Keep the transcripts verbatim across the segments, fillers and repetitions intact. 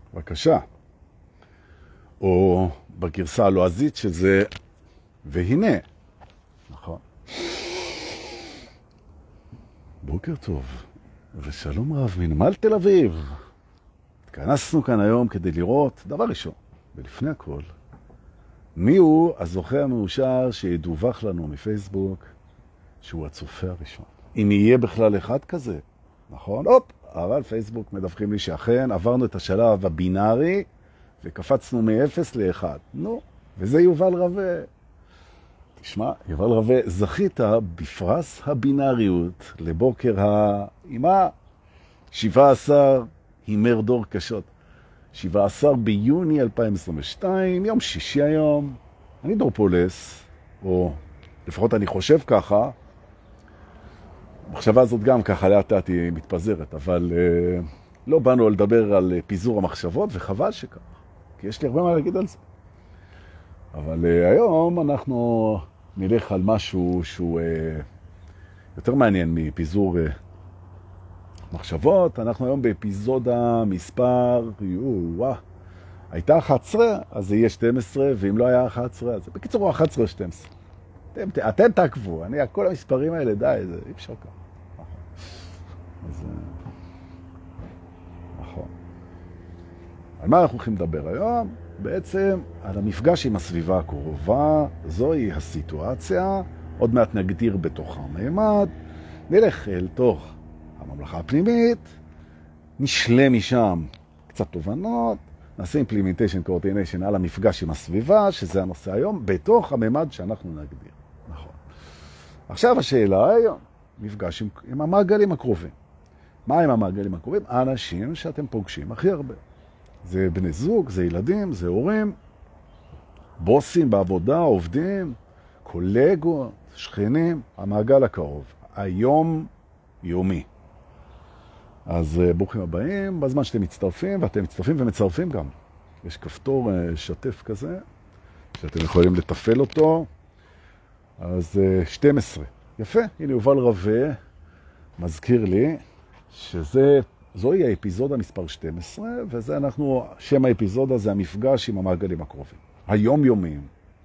בבקשה. או בגרסה הלועזית שזה והנה. נכון. בוקר טוב, ושלום רב מנמל תל אביב. התכנסנו כאן היום כדי לראות, דבר ראשון, ולפני הכל, מי הוא הזוכה המאושר שידווח לנו מפייסבוק שהוא הצופה הראשון. אם יהיה בכלל אחד כזה, נכון? אופ, אבל פייסבוק מדווחים לי שאכן עברנו את השלב הבינארי וקפצנו מ-אפס ל-אחד. נו, וזה יובל רווה. תשמע, יובל רווה, זכית בפרס הבינאריות לבוקר האימה שבעה עשר הימר דור קשות. שבעה עשר ביוני אלפיים עשרים ושתיים, יום שישי היום. אני דור פולס, או לפחות אני חושב ככה. המחשבה הזאת גם ככה לאט לאט היא מתפזרת, אבל אה, לא באנו לדבר על פיזור המחשבות, וחבל שכך, כי יש לי הרבה מה להגיד על זה. אבל אה, היום אנחנו נלך על משהו שהוא אה, יותר מעניין מפיזור אה, מחשבות. אנחנו היום באפיזודה מספר, יו, וואה, הייתה אחת עשרה, אז זה יהיה שתים עשרה, ואם לא היה אחת עשרה, אז בקיצור הוא אחת עשרה או שתים עשרה. אתם, אתם תעקבו, אני, כל המספרים האלה, די, זה אי אפשר כך. אז, נכון. על מה אנחנו הולכים לדבר היום? בעצם על המפגש עם הסביבה הקרובה. זוהי הסיטואציה, עוד מעט נגדיר בתוך הממד, נלך אל תוך הממלכה הפנימית, נשלה משם קצת תובנות, נעשה implementation coordination על המפגש עם הסביבה, שזה הנושא היום, בתוך הממד שאנחנו נגדיר. נכון. עכשיו השאלה היום, מפגש עם, עם המעגלים הקרובים. מה עם המעגלים הקרובים? האנשים שאתם פוגשים הכי הרבה. זה בני זוג, זה ילדים, זה הורים, בוסים בעבודה, עובדים, קולגות, שכנים, המעגל הקרוב. היום יומי. אז ברוכים הבאים, בזמן שאתם מצטרפים, ואתם מצטרפים ומצרפים גם. יש כפתור שתף כזה, שאתם יכולים לטפל אותו. אז שתים עשרה. יפה, הנה יובל רווה מזכיר לי שזה, זוהי האפיזודה מספר שתים עשרה, וזה אנחנו, שם האפיזודה זה המפגש עם המעגלים הקרובים. היומיומיים.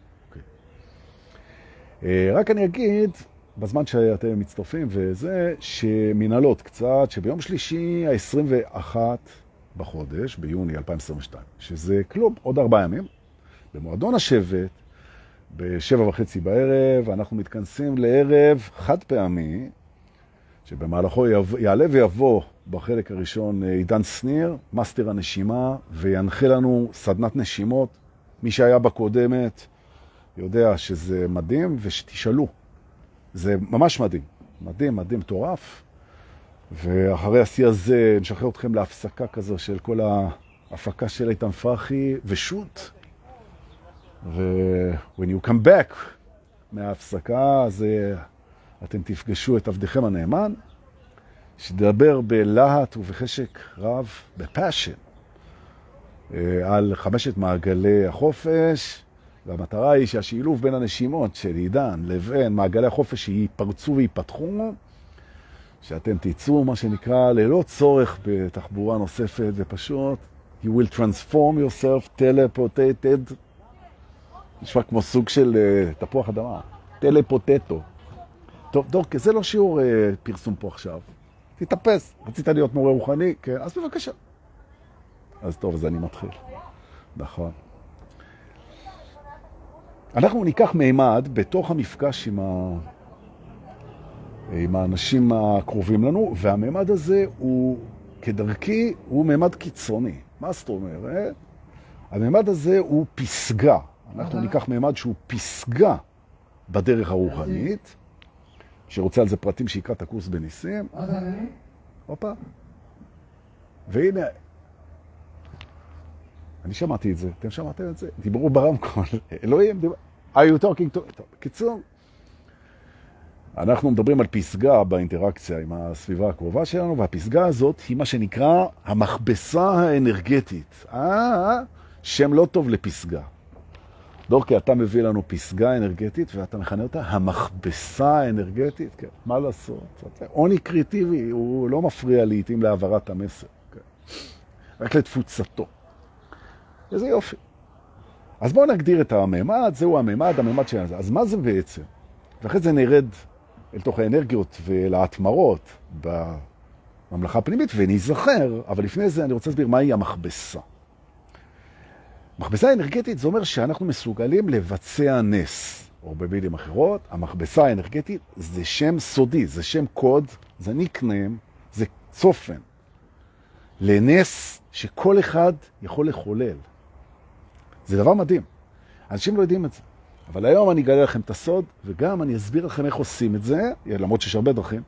Okay. רק אני אגיד, בזמן שאתם מצטרפים וזה, שמנהלות קצת, שביום שלישי ה-עשרים ואחד בחודש, ביוני אלפיים עשרים ושתיים, שזה כלום, עוד ארבעה ימים, במועדון השבט, בשבע וחצי בערב, אנחנו מתכנסים לערב חד פעמי, שבמהלכו יעלה ויבוא בחלק הראשון עידן שניר, מאסטר הנשימה, וינחה לנו סדנת נשימות. מי שהיה בקודמת יודע שזה מדהים, ושתשאלו. זה ממש מדהים. מדהים, מדהים, מטורף. ואחרי השיא הזה נשחרר אתכם להפסקה כזו של כל ההפקה של איתן פרחי, ושוט. ו-when you come back מההפסקה, אז אתם תפגשו את עבדיכם הנאמן, שדבר בלהט ובחשק רב, בפאשן, על חמשת מעגלי החופש, והמטרה היא שהשילוב בין הנשימות של עידן לבין מעגלי החופש ייפרצו ויפתחו, שאתם תיצאו מה שנקרא ללא צורך בתחבורה נוספת, ופשוט you will transform yourself teleportated, נשמע כמו סוג של uh, תפוח אדמה, טלפוטטו. טוב, דורקה, זה לא שיעור uh, פרסום פה עכשיו. תתאפס, רצית להיות מורה רוחני? כן, אז בבקשה. אז טוב, אז אני מתחיל. נכון. אנחנו ניקח מימד בתוך המפגש עם, ה... עם האנשים הקרובים לנו, והמימד הזה הוא, כדרכי, הוא מימד קיצוני. מה זאת אומרת? המימד הזה הוא פסגה. אנחנו ניקח מימד שהוא פסגה בדרך הרוחנית, שרוצה על זה פרטים שיקרא את הקורס בניסים. הופה. והנה, אני שמעתי את זה, אתם שמעתם את זה? דיברו ברמקול, אלוהים, דיבר... are you talking to... קיצור, אנחנו מדברים על פסגה באינטראקציה עם הסביבה הקרובה שלנו, והפסגה הזאת היא מה שנקרא המכבסה האנרגטית. אה, שם לא טוב לפסגה. דורקי, אתה מביא לנו פסגה אנרגטית, ואתה מכנה אותה המכבסה האנרגטית. כן, מה לעשות? עוני קריאטיבי, הוא לא מפריע לעתים להעברת המסר. כן. רק לתפוצתו. איזה יופי. אז בואו נגדיר את הממד, זהו הממד, הממד שלנו. אז מה זה בעצם? ואחרי זה נרד אל תוך האנרגיות ואל ההתמרות בממלכה הפנימית ונזכר, אבל לפני זה אני רוצה להסביר מהי המכבסה. מכבסה אנרגטית זה אומר שאנחנו מסוגלים לבצע נס, או במילים אחרות, המכבסה האנרגטית זה שם סודי, זה שם קוד, זה ניקניים, זה צופן, לנס שכל אחד יכול לחולל. זה דבר מדהים. אנשים לא יודעים את זה. אבל היום אני אגלה לכם את הסוד, וגם אני אסביר לכם איך עושים את זה, למרות שיש הרבה דרכים.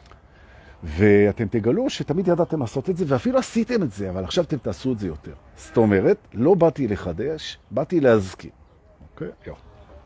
ואתם תגלו שתמיד ידעתם לעשות את זה, ואפילו עשיתם את זה, אבל עכשיו אתם תעשו את זה יותר. זאת אומרת, לא באתי לחדש, באתי להזכיר. אוקיי? יו.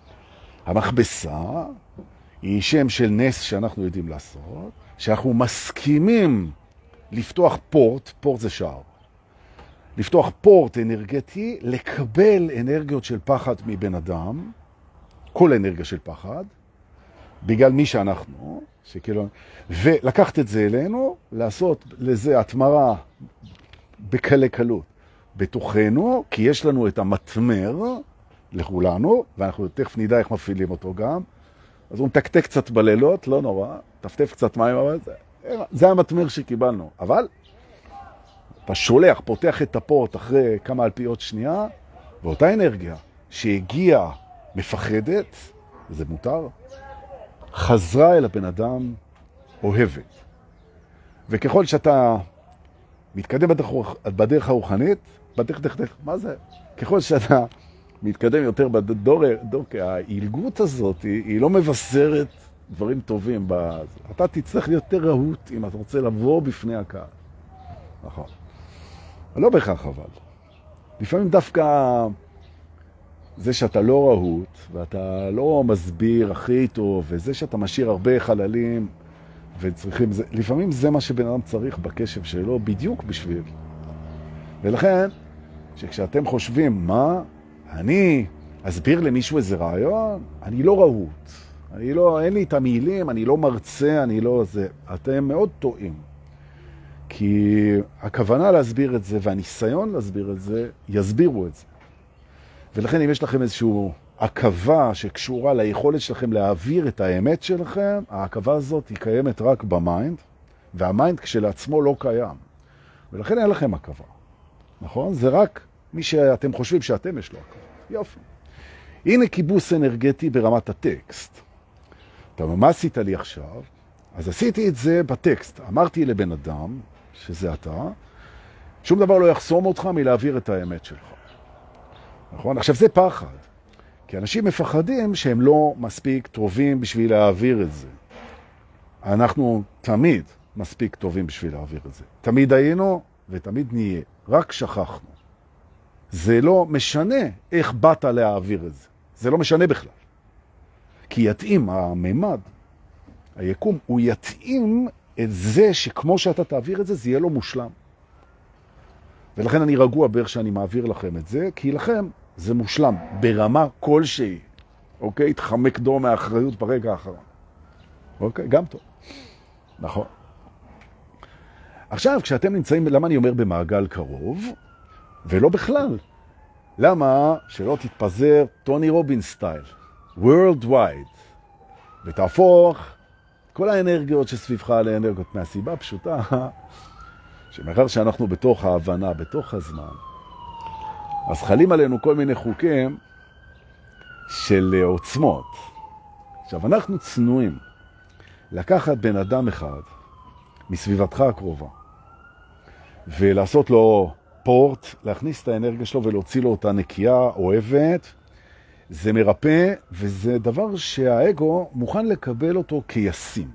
המכבסה היא שם של נס שאנחנו יודעים לעשות, שאנחנו מסכימים לפתוח פורט, פורט זה שער, לפתוח פורט אנרגטי, לקבל אנרגיות של פחד מבן אדם, כל אנרגיה של פחד, בגלל מי שאנחנו, שכאילו, ולקחת את זה אלינו, לעשות לזה התמרה בקלי קלות בתוכנו, כי יש לנו את המתמר לכולנו, ואנחנו תכף נדע איך מפעילים אותו גם, אז הוא מתקתק קצת בלילות, לא נורא, תפתף קצת מים, אבל זה, זה המתמר שקיבלנו. אבל אתה שולח, פותח את הפורט אחרי כמה אלפיות שנייה, ואותה אנרגיה שהגיעה מפחדת, זה מותר, חזרה אל הבן אדם אוהבת. וככל שאתה מתקדם בדרך, בדרך הרוחנית, בדרך, דרך, דרך, מה זה? ככל שאתה מתקדם יותר בדור, דור, ההילגות הזאת היא, היא לא מבשרת דברים טובים. בזה. אתה תצטרך להיות יותר רהוט אם אתה רוצה לבוא בפני הקהל. נכון. אבל לא בהכרח אבל. לפעמים דווקא זה שאתה לא רהוט, ואתה לא מסביר הכי טוב, וזה שאתה משאיר הרבה חללים, וצריכים, זה, לפעמים זה מה שבן אדם צריך בקשב שלו, בדיוק בשביל. ולכן, שכשאתם חושבים, מה, אני אסביר למישהו איזה רעיון, אני לא רהוט. אני לא, אין לי את המילים, אני לא מרצה, אני לא זה. אתם מאוד טועים. כי הכוונה להסביר את זה, והניסיון להסביר את זה, יסבירו את זה. ולכן אם יש לכם איזושהי עקבה שקשורה ליכולת שלכם להעביר את האמת שלכם, העקבה הזאת היא קיימת רק במיינד, והמיינד כשלעצמו לא קיים. ולכן אין לכם עקבה. נכון? זה רק מי שאתם חושבים שאתם יש לו עקבה. יופי. הנה כיבוס אנרגטי ברמת הטקסט. אתה אומר, מה עשית לי עכשיו? אז עשיתי את זה בטקסט. אמרתי לבן אדם, שזה אתה, שום דבר לא יחסום אותך מלהעביר את האמת שלך. נכון? עכשיו זה פחד. כי אנשים מפחדים שהם לא מספיק טובים בשביל להעביר את זה. אנחנו תמיד מספיק טובים בשביל להעביר את זה. תמיד היינו ותמיד נהיה. רק שכחנו. זה לא משנה איך באת להעביר את זה. זה לא משנה בכלל. כי יתאים הממד, היקום, הוא יתאים את זה שכמו שאתה תעביר את זה, זה יהיה לו מושלם. ולכן אני רגוע בערך שאני מעביר לכם את זה, כי לכם זה מושלם ברמה כלשהי. אוקיי? תחמק דור מהאחריות ברגע האחרון. אוקיי? גם טוב. נכון. עכשיו, כשאתם נמצאים, למה אני אומר במעגל קרוב? ולא בכלל. למה שלא תתפזר טוני רובינס סטייל, worldwide, ותהפוך כל האנרגיות שסביבך לאנרגיות מהסיבה פשוטה, שמאחר שאנחנו בתוך ההבנה, בתוך הזמן, אז חלים עלינו כל מיני חוקים של עוצמות. עכשיו, אנחנו צנועים לקחת בן אדם אחד מסביבתך הקרובה, ולעשות לו פורט, להכניס את האנרגיה שלו ולהוציא לו אותה נקייה, אוהבת, זה מרפא, וזה דבר שהאגו מוכן לקבל אותו כישים.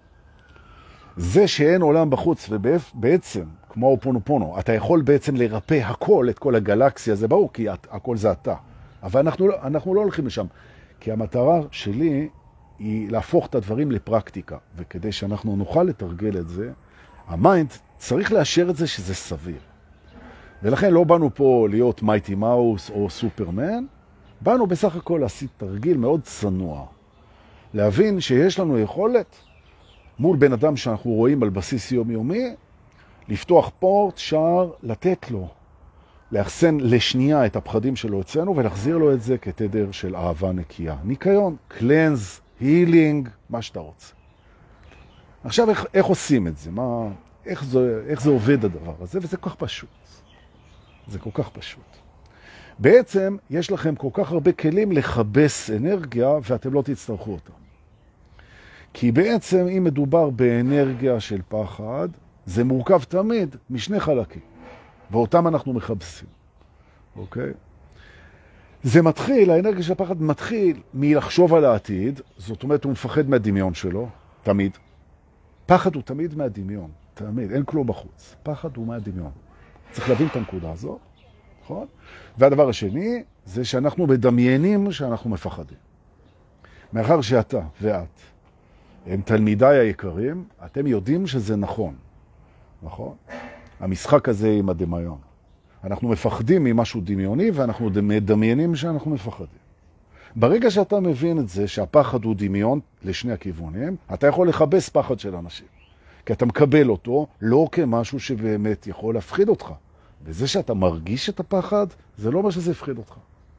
זה שאין עולם בחוץ, ובעצם, כמו אופונופונו, אתה יכול בעצם לרפא הכל, את כל הגלקסיה, זה ברור, כי הכל זה אתה. אבל אנחנו, אנחנו לא הולכים לשם, כי המטרה שלי היא להפוך את הדברים לפרקטיקה, וכדי שאנחנו נוכל לתרגל את זה, המיינד צריך לאשר את זה שזה סביר. ולכן לא באנו פה להיות מייטי מאוס או סופרמן, באנו בסך הכל לעשות תרגיל מאוד צנוע. להבין שיש לנו יכולת מול בן אדם שאנחנו רואים על בסיס יומיומי, לפתוח פורט, שער, לתת לו לאחסן לשנייה את הפחדים שלו אצלנו, ולהחזיר לו את זה כתדר של אהבה נקייה. ניקיון, קלנז, הילינג, מה שאתה רוצה. עכשיו, איך, איך עושים את זה? מה, איך, זה, איך זה עובד הדבר הזה? וזה כל כך פשוט. זה כל כך פשוט. בעצם, יש לכם כל כך הרבה כלים לחבס אנרגיה, ואתם לא תצטרכו אותם. כי בעצם, אם מדובר באנרגיה של פחד, זה מורכב תמיד משני חלקים. ואותם אנחנו מחבסים. אוקיי? זה מתחיל, האנרגיה של הפחד מתחיל מלחשוב על העתיד, זאת אומרת, הוא מפחד מהדמיון שלו, תמיד. פחד הוא תמיד מהדמיון, תמיד, אין כלום בחוץ. פחד הוא מהדמיון. צריך להבין את הנקודה הזאת, נכון? והדבר השני, זה שאנחנו מדמיינים שאנחנו מפחדים. מאחר שאתה ואת הם תלמידיי היקרים, אתם יודעים שזה נכון. נכון? המשחק הזה עם הדמיון. אנחנו מפחדים ממשהו דמיוני, ואנחנו מדמיינים שאנחנו מפחדים. ברגע שאתה מבין את זה, שהפחד הוא דמיון לשני הכיוונים, אתה יכול לחבס פחד של אנשים. כי אתה מקבל אותו לא כמשהו שבאמת יכול להפחיד אותך. וזה שאתה מרגיש את הפחד, זה לא מה שזה יפחיד אותך.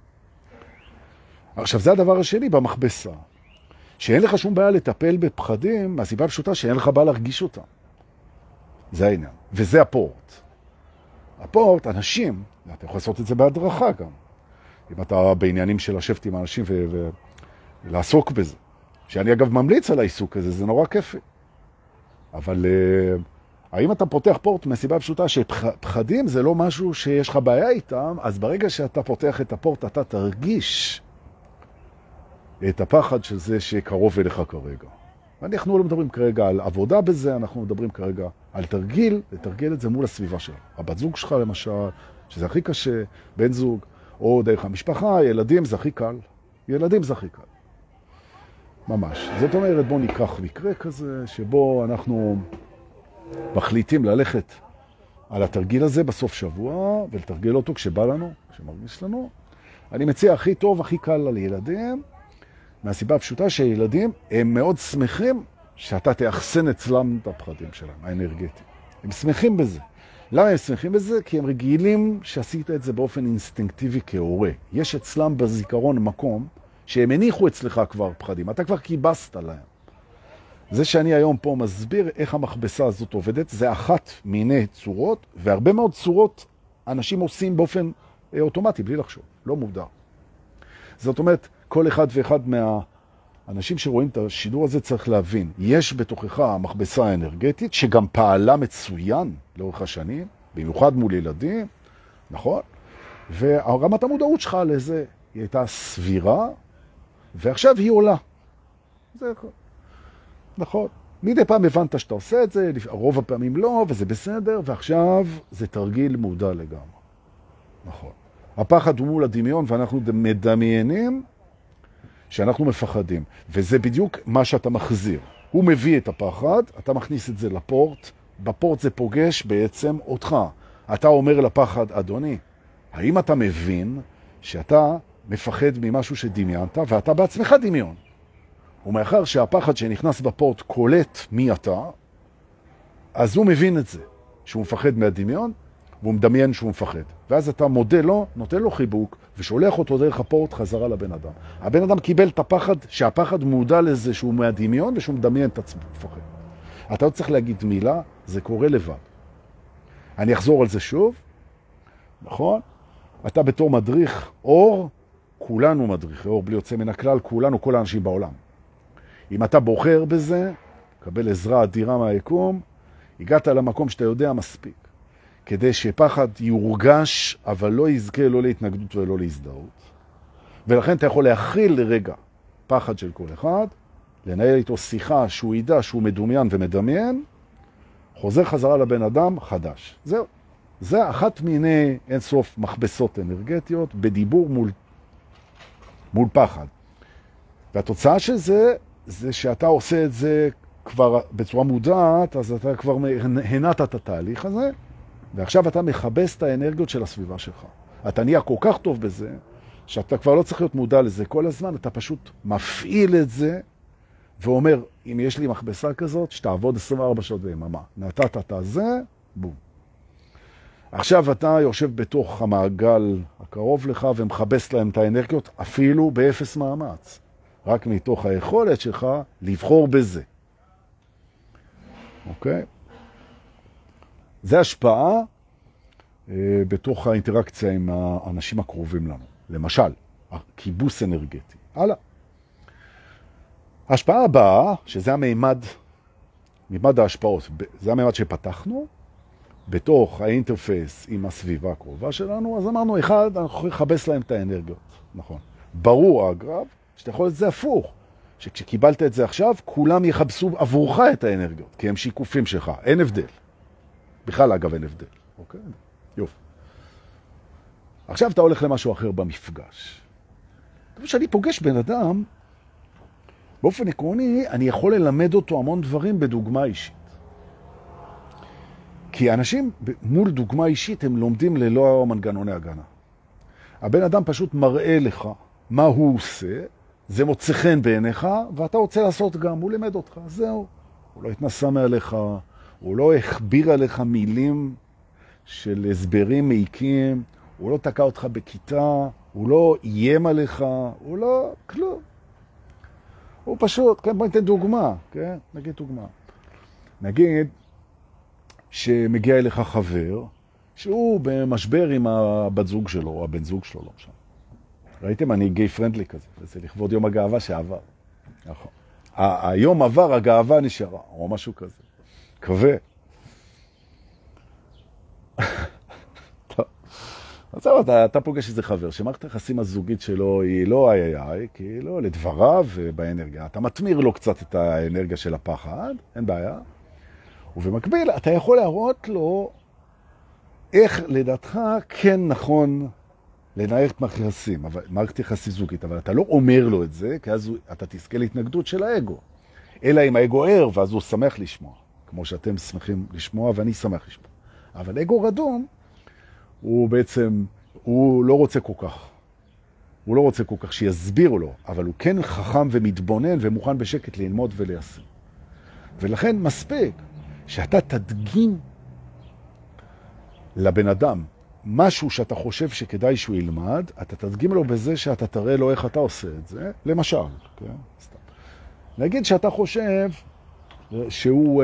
עכשיו, זה הדבר השני במכבסה. שאין לך שום בעיה לטפל בפחדים, מהסיבה הפשוטה שאין לך בעיה להרגיש אותם. זה העניין. וזה הפורט. הפורט, אנשים, אתה יכול לעשות את זה בהדרכה גם. אם אתה בעניינים של לשבת עם אנשים ו- ולעסוק בזה. שאני אגב ממליץ על העיסוק הזה, זה נורא כיפי. אבל uh, האם אתה פותח פורט מהסיבה הפשוטה שפחדים זה לא משהו שיש לך בעיה איתם, אז ברגע שאתה פותח את הפורט אתה תרגיש את הפחד של זה שקרוב אליך כרגע. אנחנו לא מדברים כרגע על עבודה בזה, אנחנו מדברים כרגע על תרגיל, לתרגל את זה מול הסביבה שלך. הבת זוג שלך למשל, שזה הכי קשה, בן זוג, או דרך המשפחה, ילדים זה הכי קל. ילדים זה הכי קל. ממש. זאת אומרת, בוא ניקח מקרה כזה, שבו אנחנו מחליטים ללכת על התרגיל הזה בסוף שבוע, ולתרגל אותו כשבא לנו, כשמרגיש לנו. אני מציע הכי טוב, הכי קל על ילדים, מהסיבה הפשוטה שהילדים הם מאוד שמחים שאתה תאחסן אצלם את הפחדים שלהם, האנרגטיים. הם שמחים בזה. למה הם שמחים בזה? כי הם רגילים שעשית את זה באופן אינסטינקטיבי כהורה. יש אצלם בזיכרון מקום שהם הניחו אצלך כבר פחדים. אתה כבר קיבסת להם. זה שאני היום פה מסביר איך המכבסה הזאת עובדת, זה אחת מיני צורות, והרבה מאוד צורות אנשים עושים באופן אוטומטי, בלי לחשוב, לא מודע. זאת אומרת, כל אחד ואחד מהאנשים שרואים את השידור הזה צריך להבין, יש בתוכך המכבסה האנרגטית שגם פעלה מצוין לאורך השנים, במיוחד מול ילדים, נכון? ורמת המודעות שלך לזה היא הייתה סבירה, ועכשיו היא עולה. זה נכון. מדי פעם הבנת שאתה עושה את זה, רוב הפעמים לא, וזה בסדר, ועכשיו זה תרגיל מודע לגמרי. נכון. הפחד הוא מול הדמיון, ואנחנו מדמיינים שאנחנו מפחדים. וזה בדיוק מה שאתה מחזיר. הוא מביא את הפחד, אתה מכניס את זה לפורט, בפורט זה פוגש בעצם אותך. אתה אומר לפחד, אדוני, האם אתה מבין שאתה מפחד ממשהו שדמיינת, ואתה בעצמך דמיון? ומאחר שהפחד שנכנס בפורט קולט מי אתה, אז הוא מבין את זה, שהוא מפחד מהדמיון, והוא מדמיין שהוא מפחד. ואז אתה מודה לו, נותן לו חיבוק, ושולח אותו דרך הפורט חזרה לבן אדם. הבן אדם קיבל את הפחד, שהפחד מודע לזה שהוא מהדמיון, ושהוא מדמיין את עצמו, מפחד. אתה לא צריך להגיד מילה, זה קורה לבד. אני אחזור על זה שוב, נכון? אתה בתור מדריך אור, כולנו מדריכי אור, בלי יוצא מן הכלל, כולנו, כל האנשים בעולם. אם אתה בוחר בזה, קבל עזרה אדירה מהיקום, הגעת למקום שאתה יודע מספיק, כדי שפחד יורגש, אבל לא יזכה לא להתנגדות ולא להזדהות. ולכן אתה יכול להכיל לרגע פחד של כל אחד, לנהל איתו שיחה שהוא ידע שהוא מדומיין ומדמיין, חוזר חזרה לבן אדם חדש. זהו. זה אחת מיני אינסוף מכבסות אנרגטיות בדיבור מול, מול פחד. והתוצאה של זה, זה שאתה עושה את זה כבר בצורה מודעת, אז אתה כבר הנעת את התהליך הזה, ועכשיו אתה מכבס את האנרגיות של הסביבה שלך. אתה נהיה כל כך טוב בזה, שאתה כבר לא צריך להיות מודע לזה כל הזמן, אתה פשוט מפעיל את זה, ואומר, אם יש לי מכבסה כזאת, שתעבוד עשרים וארבע שעות ביממה. נתת את זה, בום. עכשיו אתה יושב בתוך המעגל הקרוב לך ומחבס להם את האנרגיות אפילו באפס מאמץ. רק מתוך היכולת שלך לבחור בזה. אוקיי? זה השפעה אה, בתוך האינטראקציה עם האנשים הקרובים לנו. למשל, כיבוס אנרגטי. הלאה. ההשפעה הבאה, שזה המימד, מימד ההשפעות, זה המימד שפתחנו, בתוך האינטרפייס עם הסביבה הקרובה שלנו, אז אמרנו, אחד, אנחנו יכולים לחבס להם את האנרגיות. נכון. ברור, אגב, שאתה יכול את זה הפוך. שכשקיבלת את זה עכשיו, כולם יחבסו עבורך את האנרגיות, כי הם שיקופים שלך. אין הבדל. בכלל, אגב, אין הבדל. אוקיי? יופי. עכשיו אתה הולך למשהו אחר במפגש. כשאני פוגש בן אדם, באופן עקרוני, אני יכול ללמד אותו המון דברים בדוגמה אישית. כי אנשים מול דוגמה אישית הם לומדים ללא מנגנוני הגנה. הבן אדם פשוט מראה לך מה הוא עושה, זה מוצא חן בעיניך, ואתה רוצה לעשות גם, הוא לימד אותך, זהו. הוא לא התנסה מעליך, הוא לא הכביר עליך מילים של הסברים מעיקים, הוא לא תקע אותך בכיתה, הוא לא איים עליך, הוא לא כלום. הוא פשוט, כן, בוא ניתן דוגמה, כן? נגיד דוגמה. נגיד שמגיע אליך חבר, שהוא במשבר עם הבת זוג שלו, או הבן זוג שלו, לא משנה. ראיתם? אני גיי פרנדלי כזה, וזה לכבוד יום הגאווה שעבר. נכון. היום עבר, הגאווה נשארה, או משהו כזה. קווה. טוב. אז אתה, אתה פוגש איזה חבר, שמערכת היחסים הזוגית שלו היא לא איי איי איי, כאילו לדבריו באנרגיה. אתה מתמיר לו קצת את האנרגיה של הפחד, אין בעיה. ובמקביל, אתה יכול להראות לו איך לדעתך כן נכון לנהל את מערכת יחסים, מערכת יחסים זוגית, אבל אתה לא אומר לו את זה, כי אז אתה תזכה להתנגדות של האגו. אלא אם האגו ער, ואז הוא שמח לשמוע, כמו שאתם שמחים לשמוע, ואני שמח לשמוע. אבל אגו רדום, הוא בעצם, הוא לא רוצה כל כך. הוא לא רוצה כל כך שיסבירו לו, אבל הוא כן חכם ומתבונן ומוכן בשקט ללמוד וליישם. ולכן מספיק שאתה תדגים לבן אדם משהו שאתה חושב שכדאי שהוא ילמד, אתה תדגים לו בזה שאתה תראה לו איך אתה עושה את זה. למשל, כן? סתם. נגיד שאתה חושב שהוא,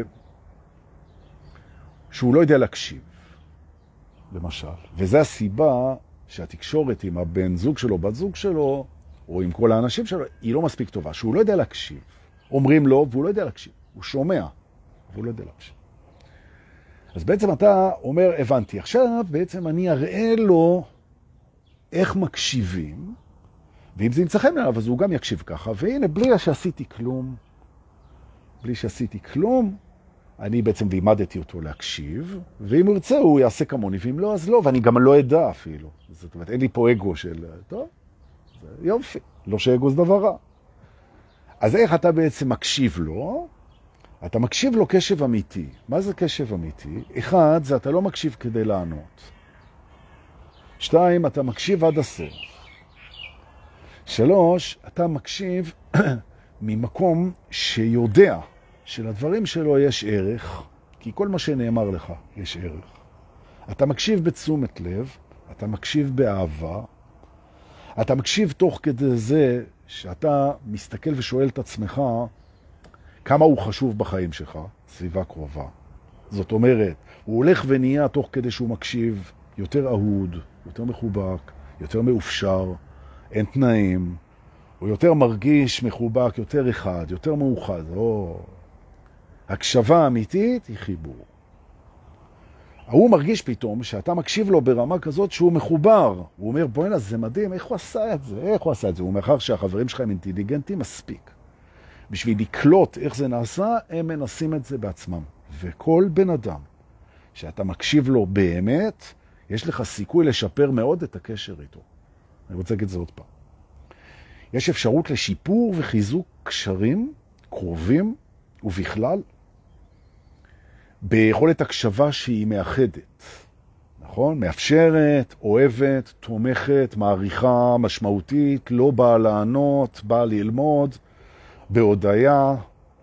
שהוא לא יודע להקשיב, למשל. וזה הסיבה שהתקשורת עם הבן זוג שלו, בת זוג שלו, או עם כל האנשים שלו, היא לא מספיק טובה. שהוא לא יודע להקשיב. אומרים לו, והוא לא יודע להקשיב. הוא שומע, והוא לא יודע להקשיב. אז בעצם אתה אומר, הבנתי, עכשיו בעצם אני אראה לו איך מקשיבים, ואם זה ימצא חן בעיניו, אז הוא גם יקשיב ככה, והנה, בלי שעשיתי כלום, בלי שעשיתי כלום, אני בעצם וימדתי אותו להקשיב, ואם הוא ירצה הוא יעשה כמוני, ואם לא, אז לא, ואני גם לא אדע אפילו. זאת אומרת, אין לי פה אגו של, טוב, זה יופי, לא שאגו זה דבר רע. אז איך אתה בעצם מקשיב לו? אתה מקשיב לו קשב אמיתי. מה זה קשב אמיתי? אחד, זה אתה לא מקשיב כדי לענות. שתיים, אתה מקשיב עד הסוף. שלוש, אתה מקשיב ממקום שיודע שלדברים שלו יש ערך, כי כל מה שנאמר לך יש ערך. אתה מקשיב בתשומת לב, אתה מקשיב באהבה, אתה מקשיב תוך כדי זה שאתה מסתכל ושואל את עצמך כמה הוא חשוב בחיים שלך, סביבה קרובה. זאת אומרת, הוא הולך ונהיה תוך כדי שהוא מקשיב יותר אהוד, יותר מחובק, יותר מאופשר, אין תנאים, הוא יותר מרגיש מחובק, יותר אחד, יותר מאוחד. או... הקשבה אמיתית היא חיבור. הוא מרגיש פתאום שאתה מקשיב לו ברמה כזאת שהוא מחובר. הוא אומר, בוא'נה, זה מדהים, איך הוא עשה את זה? איך הוא עשה את זה? הוא מאחר שהחברים שלך הם אינטליגנטים מספיק. בשביל לקלוט איך זה נעשה, הם מנסים את זה בעצמם. וכל בן אדם שאתה מקשיב לו באמת, יש לך סיכוי לשפר מאוד את הקשר איתו. אני רוצה להגיד את זה עוד פעם. יש אפשרות לשיפור וחיזוק קשרים קרובים ובכלל ביכולת הקשבה שהיא מאחדת. נכון? מאפשרת, אוהבת, תומכת, מעריכה, משמעותית, לא באה לענות, באה ללמוד, בהודעה,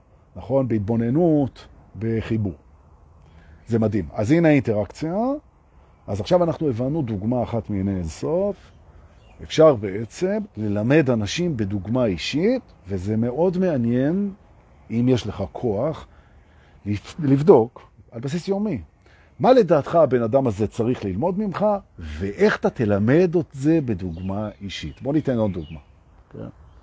נכון? בהתבוננות, בחיבור. זה מדהים. אז הנה האינטראקציה, אז עכשיו אנחנו הבנו דוגמה אחת מיני אינסוף. אפשר בעצם ללמד אנשים בדוגמה אישית, וזה מאוד מעניין, אם יש לך כוח, לבדוק על בסיס יומי. מה לדעתך הבן אדם הזה צריך ללמוד ממך, ואיך אתה תלמד את זה בדוגמה אישית. בוא ניתן עוד דוגמה. Okay.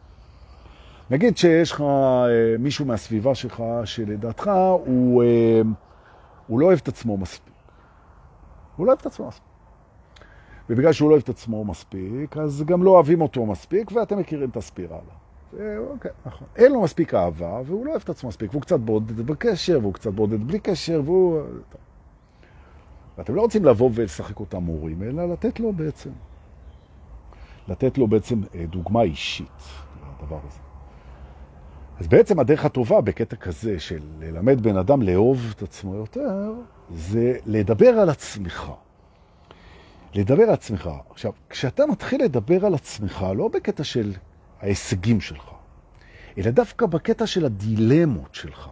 נגיד שיש לך אה, מישהו מהסביבה שלך, שלדעתך הוא, אה, הוא לא אוהב את עצמו מספיק. הוא לא אוהב את עצמו מספיק. ובגלל שהוא לא אוהב את עצמו מספיק, אז גם לא אוהבים אותו מספיק, ואתם מכירים את הספירלה. אוקיי, נכון. אין לו מספיק אהבה, והוא לא אוהב את עצמו מספיק, והוא קצת בודד בקשר, והוא קצת בודד בלי קשר, והוא... ואתם לא רוצים לבוא ולשחק אותם מורים, אלא לתת לו בעצם, לתת לו בעצם דוגמה אישית, הדבר הזה. אז בעצם הדרך הטובה בקטע כזה של ללמד בן אדם לאהוב את עצמו יותר, זה לדבר על עצמך. לדבר על עצמך. עכשיו, כשאתה מתחיל לדבר על עצמך, לא בקטע של ההישגים שלך, אלא דווקא בקטע של הדילמות שלך.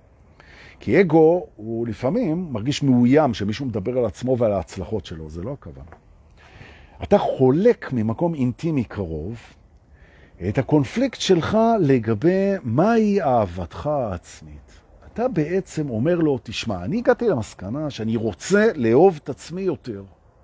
כי אגו הוא לפעמים מרגיש מאוים שמישהו מדבר על עצמו ועל ההצלחות שלו, זה לא הכוונה. אתה חולק ממקום אינטימי קרוב את הקונפליקט שלך לגבי מהי אהבתך העצמית. אתה בעצם אומר לו, תשמע, אני הגעתי למסקנה שאני רוצה לאהוב את עצמי יותר.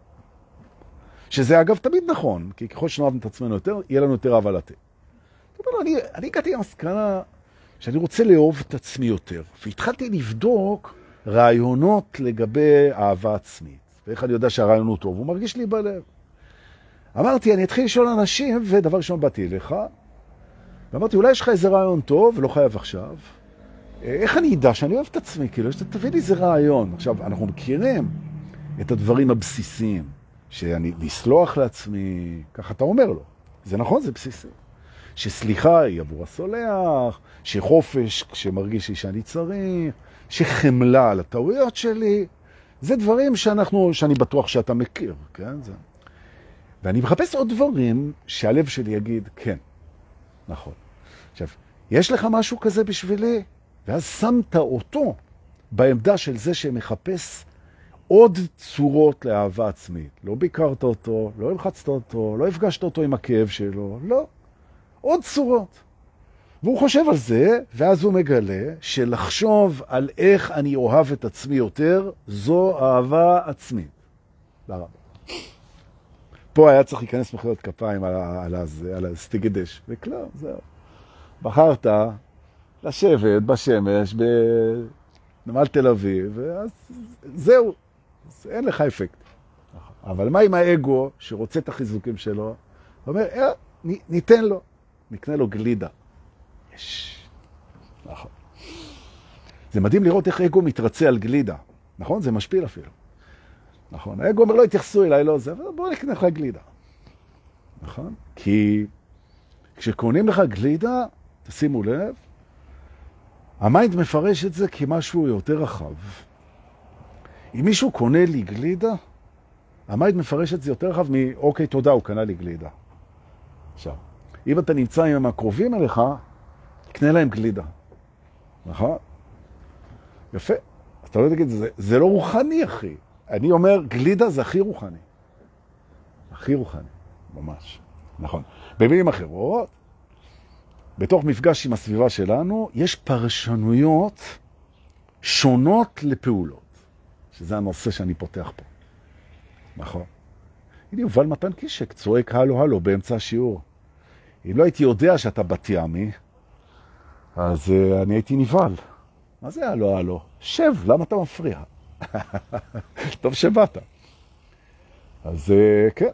שזה אגב תמיד נכון, כי ככל שנאהב את עצמנו יותר, יהיה לנו יותר אהבה לתת. אתה אומר לו, אני, אני הגעתי למסקנה שאני רוצה לאהוב את עצמי יותר. והתחלתי לבדוק רעיונות לגבי אהבה עצמית. ואיך אני יודע שהרעיון הוא טוב? הוא מרגיש לי בלב. אמרתי, אני אתחיל לשאול אנשים, ודבר ראשון באתי אליך, ואמרתי, אולי יש לך איזה רעיון טוב, ולא חייב עכשיו. איך אני אדע שאני אוהב את עצמי? כאילו, תביא לי איזה רעיון. עכשיו, אנחנו מכירים את הדברים הבסיסיים, שאני לסלוח לעצמי, ככה אתה אומר לו. זה נכון, זה בסיסי. שסליחה היא עבור הסולח, שחופש כשמרגיש לי שאני צריך, שחמלה על הטעויות שלי. זה דברים שאנחנו, שאני בטוח שאתה מכיר, כן? זה. ואני מחפש עוד דברים שהלב שלי יגיד, כן, נכון. עכשיו, יש לך משהו כזה בשבילי? ואז שמת אותו בעמדה של זה שמחפש עוד צורות לאהבה עצמית. לא ביקרת אותו, לא הלחצת אותו, לא הפגשת אותו עם הכאב שלו, לא. עוד צורות. והוא חושב על זה, ואז הוא מגלה שלחשוב על איך אני אוהב את עצמי יותר, זו אהבה עצמית. לרבה. פה היה צריך להיכנס מחיאות כפיים על, על, על, על הסטיגדש, וכלום, זהו. בחרת לשבת בשמש בנמל תל אביב, ואז זהו, אין לך אפקט. אבל מה עם האגו שרוצה את החיזוקים שלו? הוא אומר, אה, ניתן לו, נקנה לו גלידה. יש. נכון. זה מדהים לראות איך אגו מתרצה על גלידה. נכון? זה משפיל אפילו. נכון. האגו אומר, לא התייחסו אליי, לא זה, אבל בוא נקנה לך גלידה. נכון? כי כשקונים לך גלידה, תשימו לב, המיינד מפרש את זה כמשהו יותר רחב. אם מישהו קונה לי גלידה, המיינד מפרש את זה יותר רחב מאוקיי, תודה, הוא קנה לי גלידה. עכשיו, אם אתה נמצא עם הקרובים אליך, תקנה להם גלידה. נכון? יפה. אז אתה לא תגיד, זה, זה לא רוחני, אחי. אני אומר, גלידה זה הכי רוחני. הכי רוחני, ממש. נכון. במילים אחרות, בתוך מפגש עם הסביבה שלנו, יש פרשנויות שונות לפעולות. שזה הנושא שאני פותח פה. נכון. הנה, יובל מתן קישק, צועק הלו הלו באמצע השיעור. אם לא הייתי יודע שאתה בת ימי, אז uh, אני הייתי נבהל. מה זה הלו הלו? שב, למה אתה מפריע? טוב שבאת. אז uh, כן.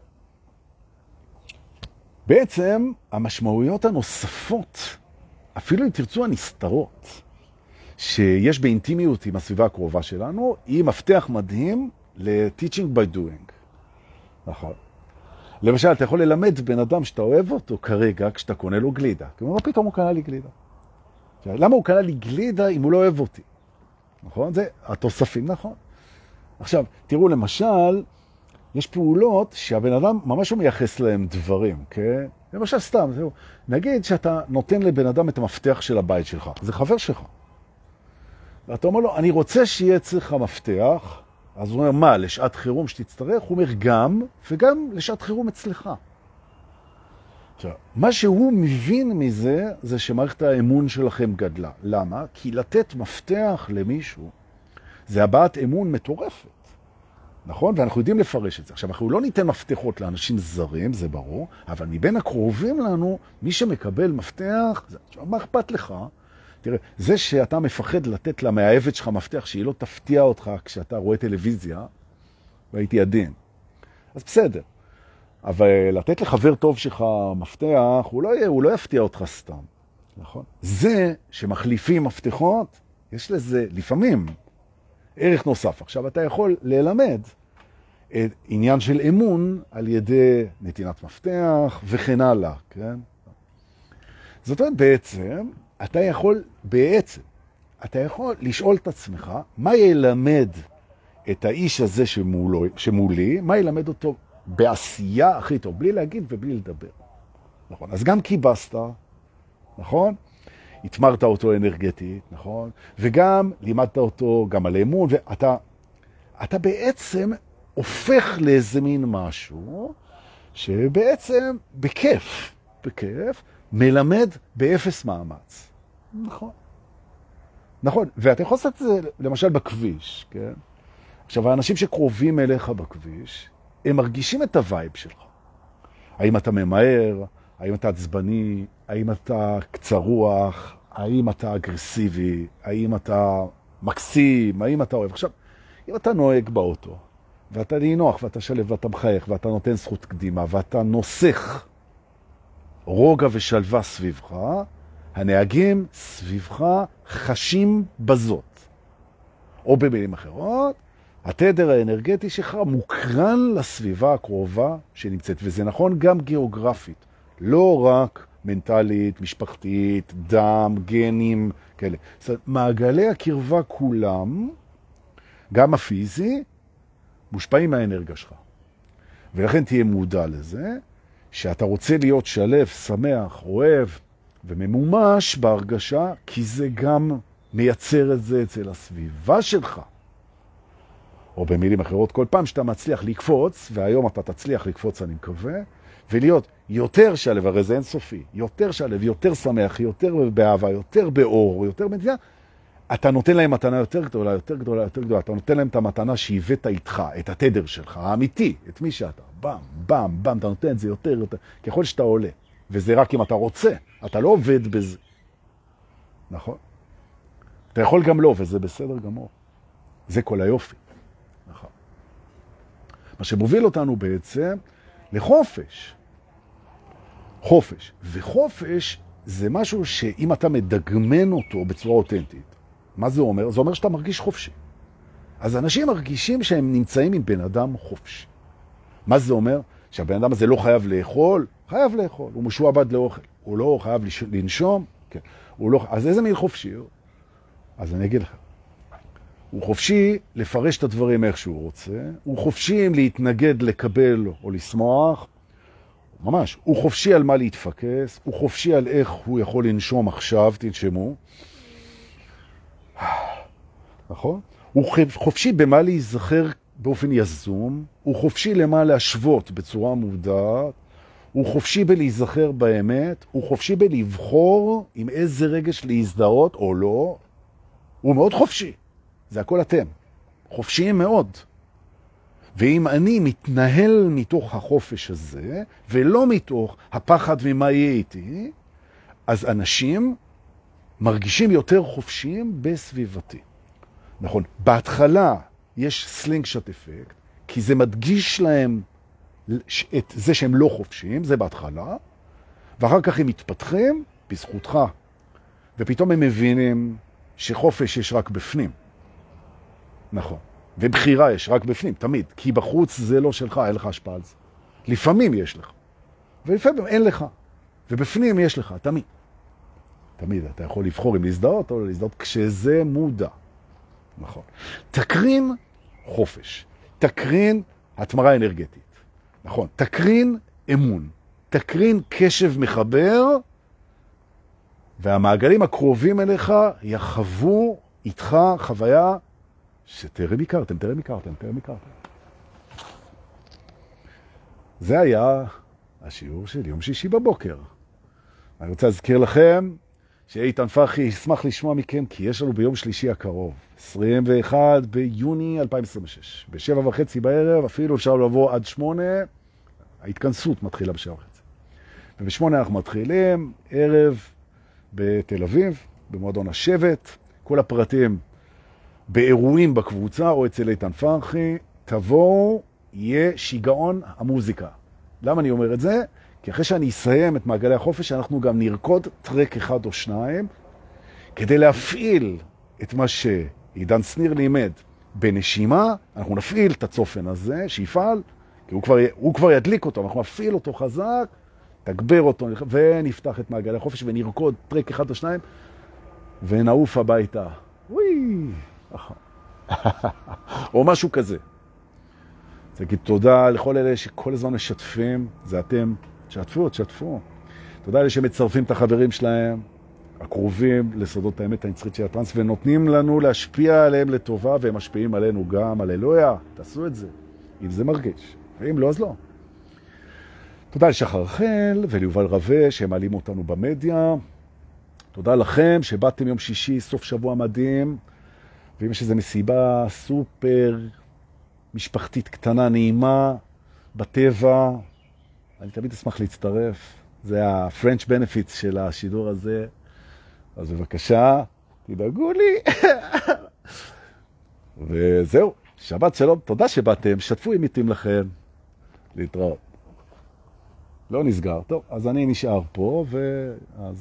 בעצם המשמעויות הנוספות, אפילו אם תרצו הנסתרות, שיש באינטימיות עם הסביבה הקרובה שלנו, היא מפתח מדהים ל-teaching by doing. נכון. למשל, אתה יכול ללמד בן אדם שאתה אוהב אותו כרגע כשאתה קונה לו גלידה. כי הוא אומר, פתאום הוא קנה לי גלידה. למה הוא קנה לי גלידה אם הוא לא אוהב אותי? נכון? זה התוספים, נכון. עכשיו, תראו, למשל, יש פעולות שהבן אדם ממש לא מייחס להם דברים, כן? למשל, סתם, זהו. נגיד שאתה נותן לבן אדם את המפתח של הבית שלך. זה חבר שלך. ואתה אומר לו, אני רוצה שיהיה אצלך מפתח אז הוא אומר, מה, לשעת חירום שתצטרך? הוא אומר, גם, וגם לשעת חירום אצלך. עכשיו, מה שהוא מבין מזה, זה שמערכת האמון שלכם גדלה. למה? כי לתת מפתח למישהו, זה הבעת אמון מטורפת. נכון? ואנחנו יודעים לפרש את זה. עכשיו, אנחנו לא ניתן מפתחות לאנשים זרים, זה ברור, אבל מבין הקרובים לנו, מי שמקבל מפתח, זה, מה אכפת לך? תראה, זה שאתה מפחד לתת למאהבת שלך מפתח, שהיא לא תפתיע אותך כשאתה רואה טלוויזיה, והייתי עדין. אז בסדר. אבל לתת לחבר טוב שלך מפתח, הוא לא, הוא לא יפתיע אותך סתם. נכון? זה שמחליפים מפתחות, יש לזה לפעמים ערך נוסף. עכשיו, אתה יכול ללמד את עניין של אמון על ידי נתינת מפתח וכן הלאה, כן? זאת אומרת, בעצם, אתה יכול, בעצם, אתה יכול לשאול את עצמך, מה ילמד את האיש הזה שמולו, שמולי, מה ילמד אותו בעשייה הכי טוב, בלי להגיד ובלי לדבר. נכון? אז גם קיבסת, נכון? התמרת אותו אנרגטית, נכון? וגם לימדת אותו גם על אמון, ואתה אתה בעצם הופך לאיזה מין משהו, שבעצם בכיף, בכיף, מלמד באפס מאמץ. נכון. נכון, ואתה יכול לעשות את זה למשל בכביש, כן? עכשיו, האנשים שקרובים אליך בכביש, הם מרגישים את הווייב שלך. האם אתה ממהר, האם אתה עצבני, האם אתה קצר רוח, האם אתה אגרסיבי, האם אתה מקסים, האם אתה אוהב. עכשיו, אם אתה נוהג באוטו, ואתה נינוח, ואתה שלב, ואתה מחייך, ואתה נותן זכות קדימה, ואתה נוסך רוגע ושלווה סביבך, הנהגים סביבך חשים בזאת. או במילים אחרות, התדר האנרגטי שלך מוקרן לסביבה הקרובה שנמצאת, וזה נכון גם גיאוגרפית, לא רק מנטלית, משפחתית, דם, גנים, כאלה. זאת אומרת, מעגלי הקרבה כולם, גם הפיזי, מושפעים מהאנרגיה שלך. ולכן תהיה מודע לזה, שאתה רוצה להיות שלב, שמח, אוהב וממומש בהרגשה, כי זה גם מייצר את זה אצל הסביבה שלך. או במילים אחרות, כל פעם שאתה מצליח לקפוץ, והיום אתה תצליח לקפוץ, אני מקווה, ולהיות יותר שלב, הרי זה אינסופי, יותר שלב, יותר שמח, יותר באהבה, יותר באור, יותר מדינה, אתה נותן להם מתנה יותר גדולה, יותר גדולה, יותר גדולה, אתה נותן להם את המתנה שהבאת איתך, את התדר שלך, האמיתי, את מי שאתה, בם, בם, בם, אתה נותן את זה יותר, יותר, ככל שאתה עולה, וזה רק אם אתה רוצה, אתה לא עובד בזה, נכון? אתה יכול גם לא, וזה בסדר גמור, זה כל היופי, נכון? מה שמוביל אותנו בעצם לחופש, חופש, וחופש זה משהו שאם אתה מדגמן אותו בצורה אותנטית, מה זה אומר? זה אומר שאתה מרגיש חופשי. אז אנשים מרגישים שהם נמצאים עם בן אדם חופשי. מה זה אומר? שהבן אדם הזה לא חייב לאכול, חייב לאכול, הוא משועבד לאוכל. הוא לא חייב לנשום, כן. הוא לא... אז איזה מין חופשי הוא? אז אני אגיד לך. הוא חופשי לפרש את הדברים איך שהוא רוצה, הוא חופשי אם להתנגד, לקבל או לשמוח, ממש. הוא חופשי על מה להתפקס, הוא חופשי על איך הוא יכול לנשום עכשיו, תנשמו. נכון? הוא חופשי במה להיזכר באופן יזום, הוא חופשי למה להשוות בצורה מודעת, הוא חופשי בלהיזכר באמת, הוא חופשי בלבחור עם איזה רגש להזדהות או לא, הוא מאוד חופשי. זה הכל אתם. חופשיים מאוד. ואם אני מתנהל מתוך החופש הזה, ולא מתוך הפחד ומה יהיה איתי, אז אנשים מרגישים יותר חופשיים בסביבתי. נכון, בהתחלה יש סלינגשט אפקט, כי זה מדגיש להם את זה שהם לא חופשיים, זה בהתחלה, ואחר כך הם מתפתחים בזכותך, ופתאום הם מבינים שחופש יש רק בפנים. נכון. ובחירה יש רק בפנים, תמיד. כי בחוץ זה לא שלך, אין לך השפעה על זה. לפעמים יש לך. ולפעמים אין לך. ובפנים יש לך, תמיד. תמיד. אתה יכול לבחור אם להזדהות או לא להזדהות, כשזה מודע. נכון. תקרין חופש. תקרין התמרה אנרגטית. נכון. תקרין אמון. תקרין קשב מחבר, והמעגלים הקרובים אליך יחוו איתך חוויה שטרם הכרתם, טרם הכרתם, טרם הכרתם. זה היה השיעור של יום שישי בבוקר. אני רוצה להזכיר לכם שאיתן פרחי ישמח לשמוע מכם, כי יש לנו ביום שלישי הקרוב, עשרים ואחד ביוני אלפיים עשרים ושש, בשבע וחצי בערב, אפילו אפשר לבוא עד שמונה, ההתכנסות מתחילה בשבע וחצי. ובשמונה אנחנו מתחילים ערב בתל אביב, במועדון השבט, כל הפרטים באירועים בקבוצה או אצל איתן פרחי, תבואו, יהיה שיגעון המוזיקה. למה אני אומר את זה? כי אחרי שאני אסיים את מעגלי החופש, אנחנו גם נרקוד טרק אחד או שניים, כדי להפעיל את מה שעידן שניר לימד בנשימה, אנחנו נפעיל את הצופן הזה, שיפעל, כי הוא כבר, הוא כבר ידליק אותו, אנחנו נפעיל אותו חזק, תגבר אותו, ונפתח את מעגלי החופש, ונרקוד טרק אחד או שניים, ונעוף הביתה. וואי! או משהו כזה. אז אגיד תודה לכל אלה שכל הזמן משתפים, זה אתם, שתפו, תשתפו. תודה אלה שמצרפים את החברים שלהם, הקרובים לסודות האמת הנצחית של הטרנס, ונותנים לנו להשפיע עליהם לטובה, והם משפיעים עלינו גם, הללויה, תעשו את זה, אם זה מרגיש, ואם לא, אז לא. תודה לשחר חל וליובל רווה שהם מעלים אותנו במדיה. תודה לכם שבאתם יום שישי, סוף שבוע מדהים, ואם יש איזו מסיבה סופר משפחתית קטנה, נעימה, בטבע, אני תמיד אשמח להצטרף. זה ה-French benefits של השידור הזה. אז בבקשה, תדאגו לי. וזהו, שבת שלום, תודה שבאתם, שתפו אם מתאים לכם. להתראות. לא נסגר. טוב, אז אני נשאר פה, ואז...